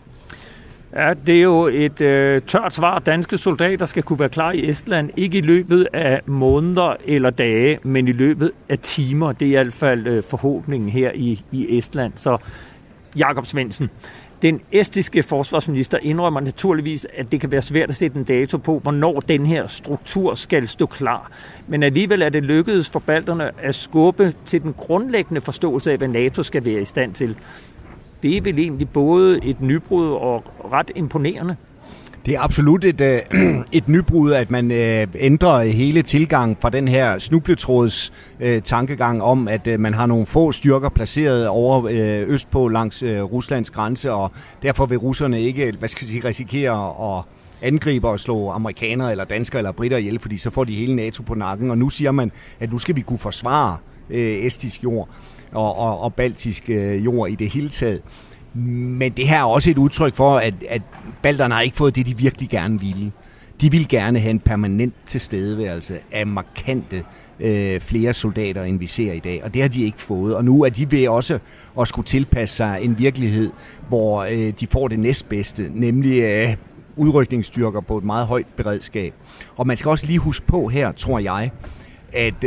Ja, det er jo et tørt svar. Danske soldater skal kunne være klar i Estland, ikke i løbet af måneder eller dage, men i løbet af timer. Det er i hvert fald forhåbningen her i Estland. Så Jakob Svendsen, den estiske forsvarsminister indrømmer naturligvis, at det kan være svært at sætte en dato på, hvornår den her struktur skal stå klar. Men alligevel er det lykkedes for balterne at skubbe til den grundlæggende forståelse af, hvad NATO skal være i stand til. Det er vel egentlig både et nybrud og ret imponerende. Det er absolut et nybrud, at man ændrer hele tilgang fra den her snubletråds tankegang om, at man har nogle få styrker placeret over østpå langs Ruslands grænse, og derfor vil russerne ikke risikere at angribe og slå amerikanere eller danskere eller britter ihjel, fordi så får de hele NATO på nakken. Og nu siger man, at nu skal vi kunne forsvare estisk jord og baltisk jord i det hele taget. Men det her er også et udtryk for, at balterne har ikke fået det, de virkelig gerne ville. De vil gerne have en permanent tilstedeværelse af markante flere soldater, end vi ser i dag. Og det har de ikke fået. Og nu er de ved også at skulle tilpasse sig en virkelighed, hvor de får det næstbedste, nemlig udrykningsstyrker på et meget højt beredskab. Og man skal også lige huske på her, tror jeg, at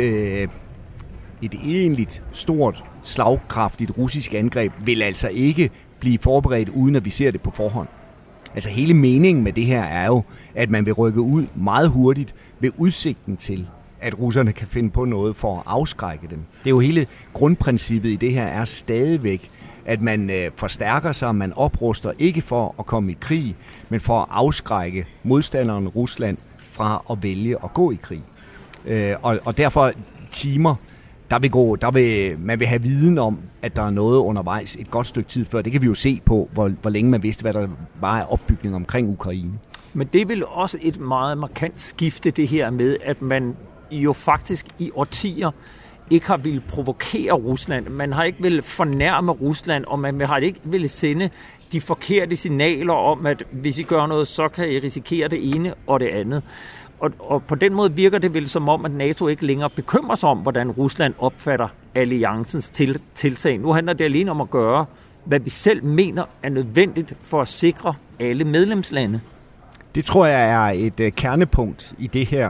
et egentligt stort, slagkraftigt russisk angreb vil altså ikke blive forberedt, uden at vi ser det på forhånd. Altså hele meningen med det her er jo, at man vil rykke ud meget hurtigt ved udsigten til, at russerne kan finde på noget for at afskrække dem. Det er jo hele grundprincippet i det her er stadigvæk, at man forstærker sig, man opruster ikke for at komme i krig, men for at afskrække modstanderen Rusland fra at vælge at gå i krig. Og derfor timer, man vil have viden om, at der er noget undervejs et godt stykke tid før. Det kan vi jo se på, hvor længe man vidste, hvad der var af opbygning omkring Ukraine. Men det er vel også et meget markant skifte, det her med, at man jo faktisk i årtier ikke har ville provokere Rusland. Man har ikke ville fornærme Rusland, og man har ikke ville sende de forkerte signaler om, at hvis I gør noget, så kan I risikere det ene og det andet. Og på den måde virker det vel som om, at NATO ikke længere bekymrer sig om, hvordan Rusland opfatter alliancens tiltag. Nu handler det alene om at gøre, hvad vi selv mener er nødvendigt for at sikre alle medlemslande. Det tror jeg er et kernepunkt i det her,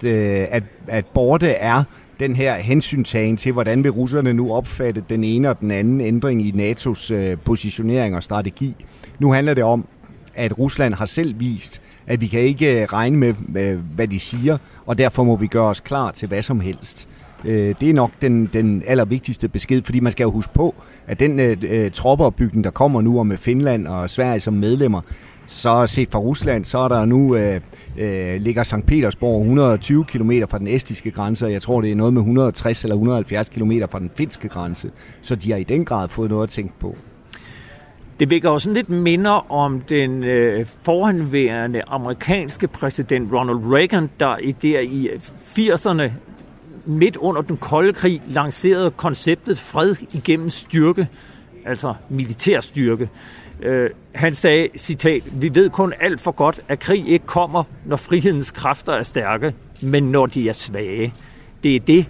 at borte er den her hensyntagen til, hvordan vil russerne nu opfatte den ene og den anden ændring i NATO's positionering og strategi. Nu handler det om, at Rusland har selv vist, at vi kan ikke regne med, hvad de siger, og derfor må vi gøre os klar til hvad som helst. Det er nok den allervigtigste besked, fordi man skal jo huske på, at den troppeopbygning, der kommer nu, og med Finland og Sverige som medlemmer, så set fra Rusland, så er der nu ligger Sankt Petersborg 120 km fra den estiske grænse, og jeg tror, det er noget med 160 eller 170 km fra den finske grænse. Så de har i den grad fået noget at tænke på. Det vækker også lidt minder om den forhenværende amerikanske præsident Ronald Reagan, der i 80'erne midt under den kolde krig lancerede konceptet fred igennem styrke, altså militær styrke. Han sagde, citat, vi ved kun alt for godt, at krig ikke kommer, når frihedens kræfter er stærke, men når de er svage. Det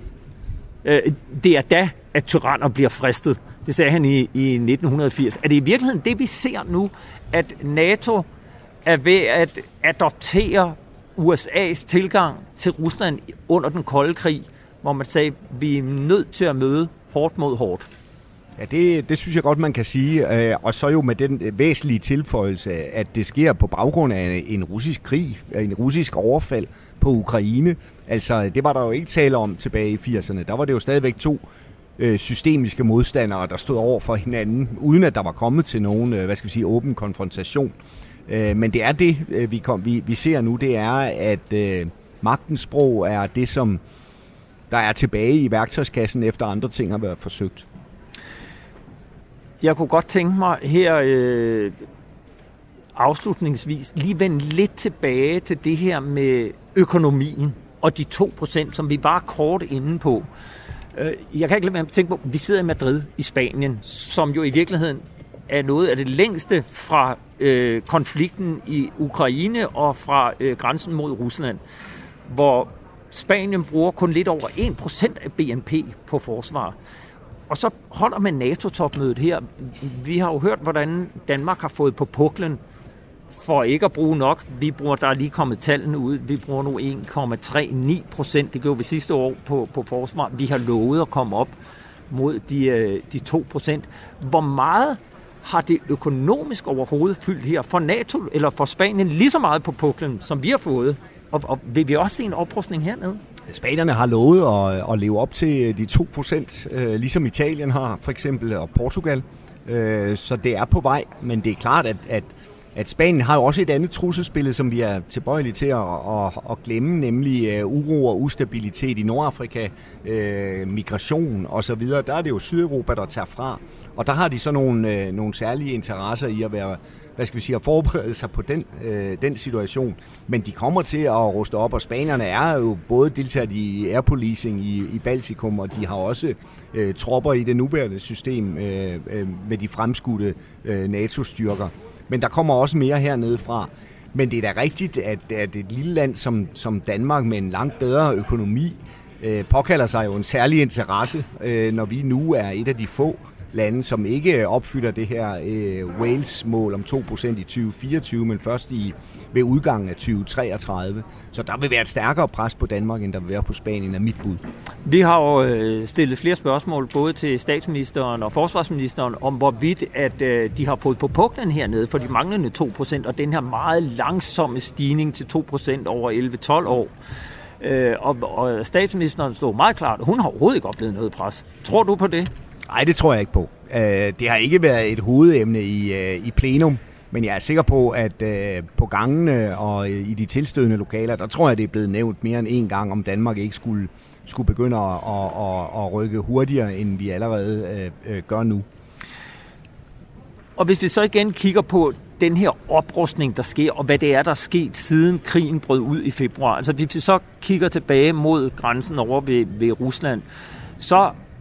er da, at tyranner bliver fristet. Det sagde han i 1980. Er det i virkeligheden det, vi ser nu, at NATO er ved at adoptere USA's tilgang til Rusland under den kolde krig, hvor man sagde, vi er nødt til at møde hårdt mod hårdt? Ja, det synes jeg godt, man kan sige. Og så jo med den væsentlige tilføjelse, at det sker på baggrund af en russisk krig, en russisk overfald på Ukraine. Altså, det var der jo ikke tale om tilbage i 80'erne. Der var det jo stadigvæk to systemiske modstandere, der stod over for hinanden, uden at der var kommet til nogen, åben konfrontation. Men det er det, vi ser nu, det er, at magtens sprog er det, som der er tilbage i værktøjskassen, efter andre ting har været forsøgt. Jeg kunne godt tænke mig her afslutningsvis lige vende lidt tilbage til det her med økonomien og de 2%, som vi var kort inde på. Jeg kan ikke lade være med at tænke på, vi sidder i Madrid i Spanien, som jo i virkeligheden er noget af det længste fra konflikten i Ukraine og fra grænsen mod Rusland, hvor Spanien bruger kun lidt over 1% af BNP på forsvar. Og så holder man NATO-topmødet her. Vi har jo hørt, hvordan Danmark har fået på puklen for ikke at bruge nok. Der er lige kommet tallene ud. Vi bruger nu 1,39%. Det gjorde vi sidste år på forsvar. Vi har lovet at komme op mod de 2%. Hvor meget har det økonomisk overhovedet fyldt her for NATO eller for Spanien lige så meget på puklen, som vi har fået? Og vil vi også se en oprustning hernede? Spanierne har lovet at leve op til de 2%, ligesom Italien har for eksempel, og Portugal. Så det er på vej, men det er klart, at Spanien har jo også et andet trusselsbillede, som vi er tilbøjelige til at glemme, nemlig uro og ustabilitet i Nordafrika, migration osv. Der er det jo Sydeuropa, der tager fra, og der har de så nogle særlige interesser i at være, at forberede sig på den situation. Men de kommer til at ruste op, og spanierne er jo både deltaget i air policing i Baltikum, og de har også tropper i det nuværende system med de fremskudte NATO-styrker. Men der kommer også mere hernede fra. Men det er da rigtigt, at et lille land som Danmark med en langt bedre økonomi påkalder sig jo en særlig interesse, når vi nu er et af de få lande, som ikke opfylder det her Wales-mål om 2% i 2024, men først ved udgangen af 2033. Så der vil være et stærkere pres på Danmark, end der vil være på Spanien, er mit bud. Vi har jo stillet flere spørgsmål, både til statsministeren og forsvarsministeren, om hvorvidt at de har fået på puklen hernede for de manglende 2%, og den her meget langsomme stigning til 2% over 11-12 år. Og statsministeren stod meget klart, at hun har overhovedet ikke oplevet noget pres. Tror du på det? Nej, det tror jeg ikke på. Det har ikke været et hovedemne i plenum, men jeg er sikker på, at på gangene og i de tilstødende lokaler, der tror jeg, det er blevet nævnt mere end en gang, om Danmark ikke skulle begynde at rykke hurtigere, end vi allerede gør nu. Og hvis vi så igen kigger på den her oprustning, der sker, og hvad det er, der er sket siden krigen brød ud i februar, altså hvis vi så kigger tilbage mod grænsen over ved Rusland, så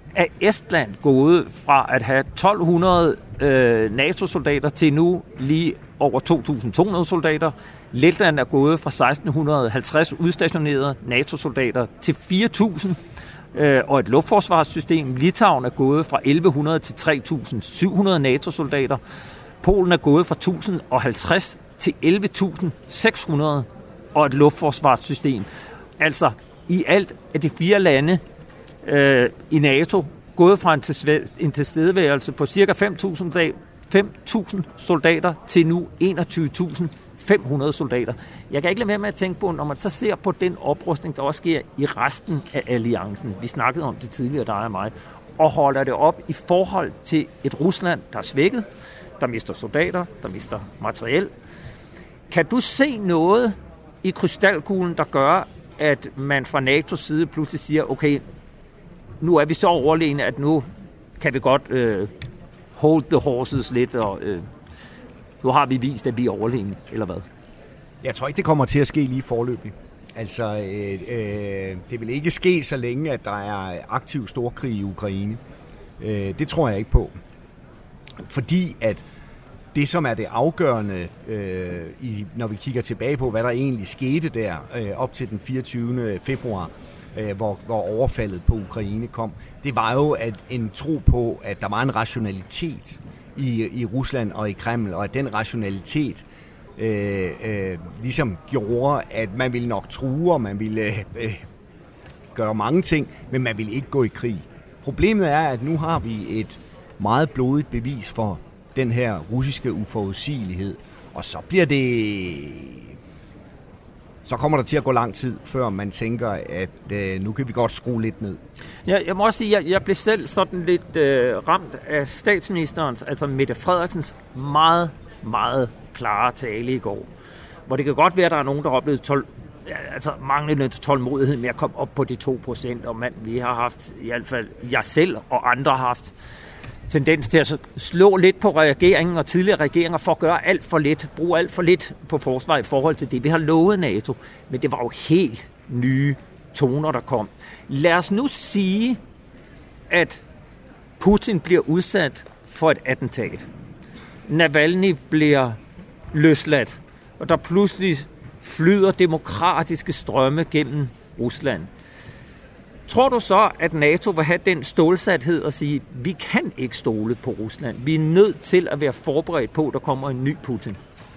er Estland gået fra at have 1200 NATO-soldater til nu lige over 2.200 soldater. Letland er gået fra 1650 udstationerede NATO-soldater til 4.000 og et luftforsvarssystem. Litauen er gået fra 1.100 til 3.700 NATO-soldater. Polen er gået fra 1.050 til 11.600 og et luftforsvarssystem. Altså i alt er de 4 lande i NATO gået fra en tilstedeværelse på ca. 5.000 soldater til nu 21.500 soldater. Jeg kan ikke lade være med at tænke på, når man så ser på den oprustning, der også sker i resten af alliancen. Vi snakkede om det tidligere, dig og mig, og holder det op i forhold til et Rusland, der er svækket, der mister soldater, der mister materiel. Kan du se noget i krystalkuglen, der gør, at man fra NATO's side pludselig siger, okay, nu er vi så overlegne, at nu kan vi godt hold the horses lidt, og nu har vi vist, at vi er overlegne, eller hvad? Jeg tror ikke, det kommer til at ske lige forløbig. Altså, det vil ikke ske, så længe, at der er aktiv storkrig i Ukraine. Det tror jeg ikke på. Fordi at det, som er det afgørende, når vi kigger tilbage på, hvad der egentlig skete der op til den 24. februar, hvor overfaldet på Ukraine kom, det var jo en tro på, at der var en rationalitet i Rusland og i Kreml, og at den rationalitet ligesom gjorde, at man ville nok true, og man ville gøre mange ting, men man ville ikke gå i krig. Problemet er, at nu har vi et meget blodigt bevis for den her russiske uforudsigelighed, og så kommer der til at gå lang tid, før man tænker, at nu kan vi godt skrue lidt ned. Ja, jeg må også sige, at jeg blev selv sådan lidt ramt af statsministerens, altså Mette Frederiksens, meget, meget klare tale i går. Hvor det kan godt være, at der er nogen, der har oplevet manglende tålmodighed med at komme op på de 2%, og vi har haft, i hvert fald jeg selv og andre har haft tendens til at slå lidt på regeringen og tidligere regeringer for at gøre alt for lidt, bruge alt for lidt på forsvar i forhold til det, vi har lovet NATO. Men det var jo helt nye toner, der kom. Lad os nu sige, at Putin bliver udsat for et attentat. Navalny bliver løsladt, og der pludselig flyder demokratiske strømme gennem Rusland. Tror du så, at NATO vil have den stålsathed at sige, at vi kan ikke stole på Rusland. Vi er nødt til at være forberedt på, at der kommer en ny Putin?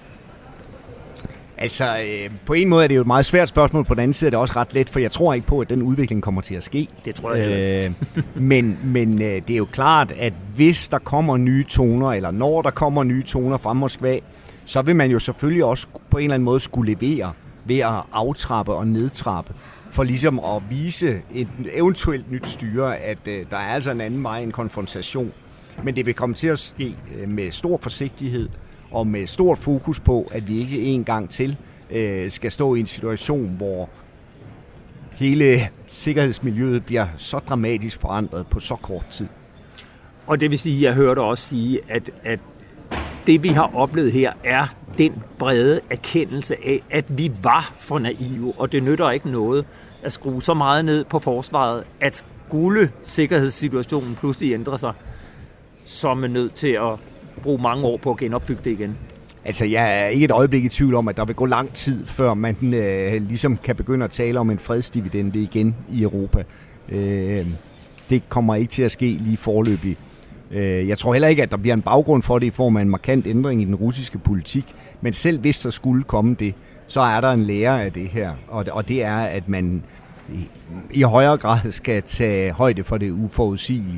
Altså, på en måde er det jo et meget svært spørgsmål, på den anden side er det også ret let, for jeg tror ikke på, at den udvikling kommer til at ske. Det tror jeg ikke. Men det er jo klart, at hvis der kommer nye toner, eller når der kommer nye toner fra Moskva, så vil man jo selvfølgelig også på en eller anden måde skulle levere ved at aftrappe og nedtrappe, for ligesom at vise et eventuelt nyt styre, at der er altså en anden vej, en konfrontation. Men det vil komme til at ske med stor forsigtighed og med stort fokus på, at vi ikke en gang til skal stå i en situation, hvor hele sikkerhedsmiljøet bliver så dramatisk forandret på så kort tid. Og det vil sige, jeg hørte også sige, at det vi har oplevet her er den brede erkendelse af, at vi var for naive, og det nytter ikke noget at skrue så meget ned på forsvaret, at skulle sikkerhedssituationen pludselig ændre sig, så er man nødt til at bruge mange år på at genopbygge det igen. Altså, jeg er ikke et øjeblik i tvivl om, at der vil gå lang tid, før man ligesom kan begynde at tale om en fredsdividende igen i Europa. Det kommer ikke til at ske lige foreløbig. Jeg tror heller ikke, at der bliver en baggrund for det i form af en markant ændring i den russiske politik, men selv hvis der skulle komme det, så er der en lære af det her, og det er, at man i højere grad skal tage højde for det uforudsigelige.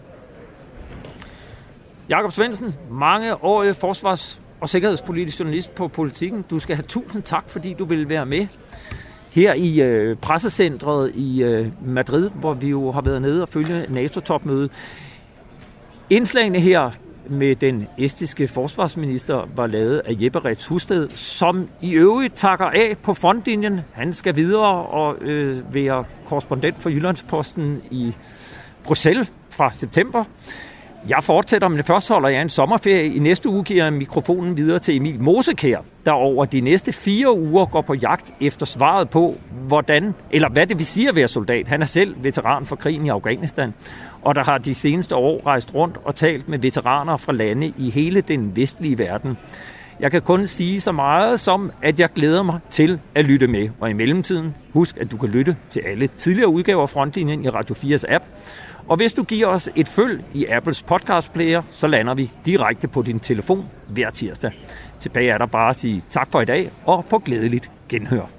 Jakob Svendsen, mangeårig forsvars- og sikkerhedspolitisk journalist på Politikken. Du skal have 1000 tak, fordi du vil være med her i pressecentret i Madrid, hvor vi jo har været nede og følge NATO-topmødet. Indslagene her med den estiske forsvarsminister var lavet af Jeppe Retz Husted, som i øvrigt takker af på frontlinjen. Han skal videre og være korrespondent for Jyllandsposten i Bruxelles fra september. Jeg fortsætter, men først holder jeg en sommerferie. I næste uge giver jeg mikrofonen videre til Emil Mosekær, der over de næste 4 uger går på jagt efter svaret på, hvad det vil sige at være soldat. Han er selv veteran for krigen i Afghanistan, og der har de seneste år rejst rundt og talt med veteraner fra lande i hele den vestlige verden. Jeg kan kun sige så meget som, at jeg glæder mig til at lytte med. Og i mellemtiden, husk, at du kan lytte til alle tidligere udgaver af Frontlinjen i Radio 4's app. Og hvis du giver os et følg i Apples podcastplayer, så lander vi direkte på din telefon hver tirsdag. Tilbage er der bare at sige tak for i dag, og på glædeligt genhør.